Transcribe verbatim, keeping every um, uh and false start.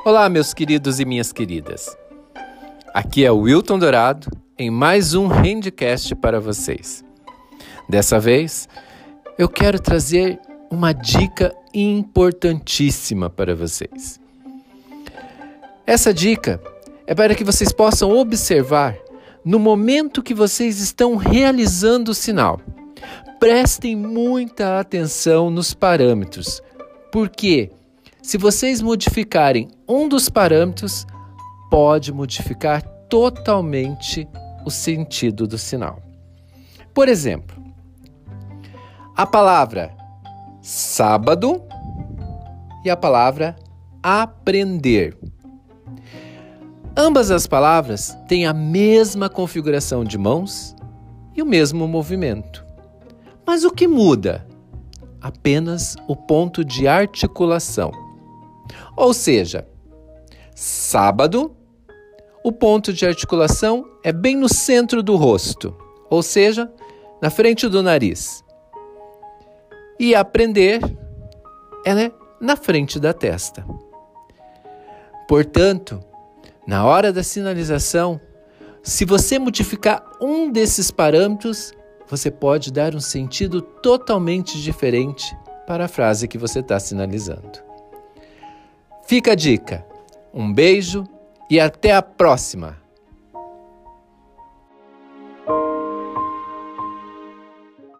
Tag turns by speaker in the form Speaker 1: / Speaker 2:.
Speaker 1: Olá, meus queridos e minhas queridas. Aqui é o Wilton Dourado em mais um Handcast para vocês. Dessa vez, eu quero trazer uma dica importantíssima para vocês. Essa dica é para que vocês possam observar no momento que vocês estão realizando o sinal. Prestem muita atenção nos parâmetros, porque se vocês modificarem um dos parâmetros, pode modificar totalmente o sentido do sinal. Por exemplo, a palavra sábado e a palavra aprender. Ambas as palavras têm a mesma configuração de mãos e o mesmo movimento. Mas o que muda? Apenas o ponto de articulação. Ou seja, sábado, o ponto de articulação é bem no centro do rosto, ou seja, na frente do nariz. E aprender, ela é na frente da testa. Portanto, na hora da sinalização, se você modificar um desses parâmetros, você pode dar um sentido totalmente diferente para a frase que você está sinalizando. Fica a dica. Um beijo e até a próxima!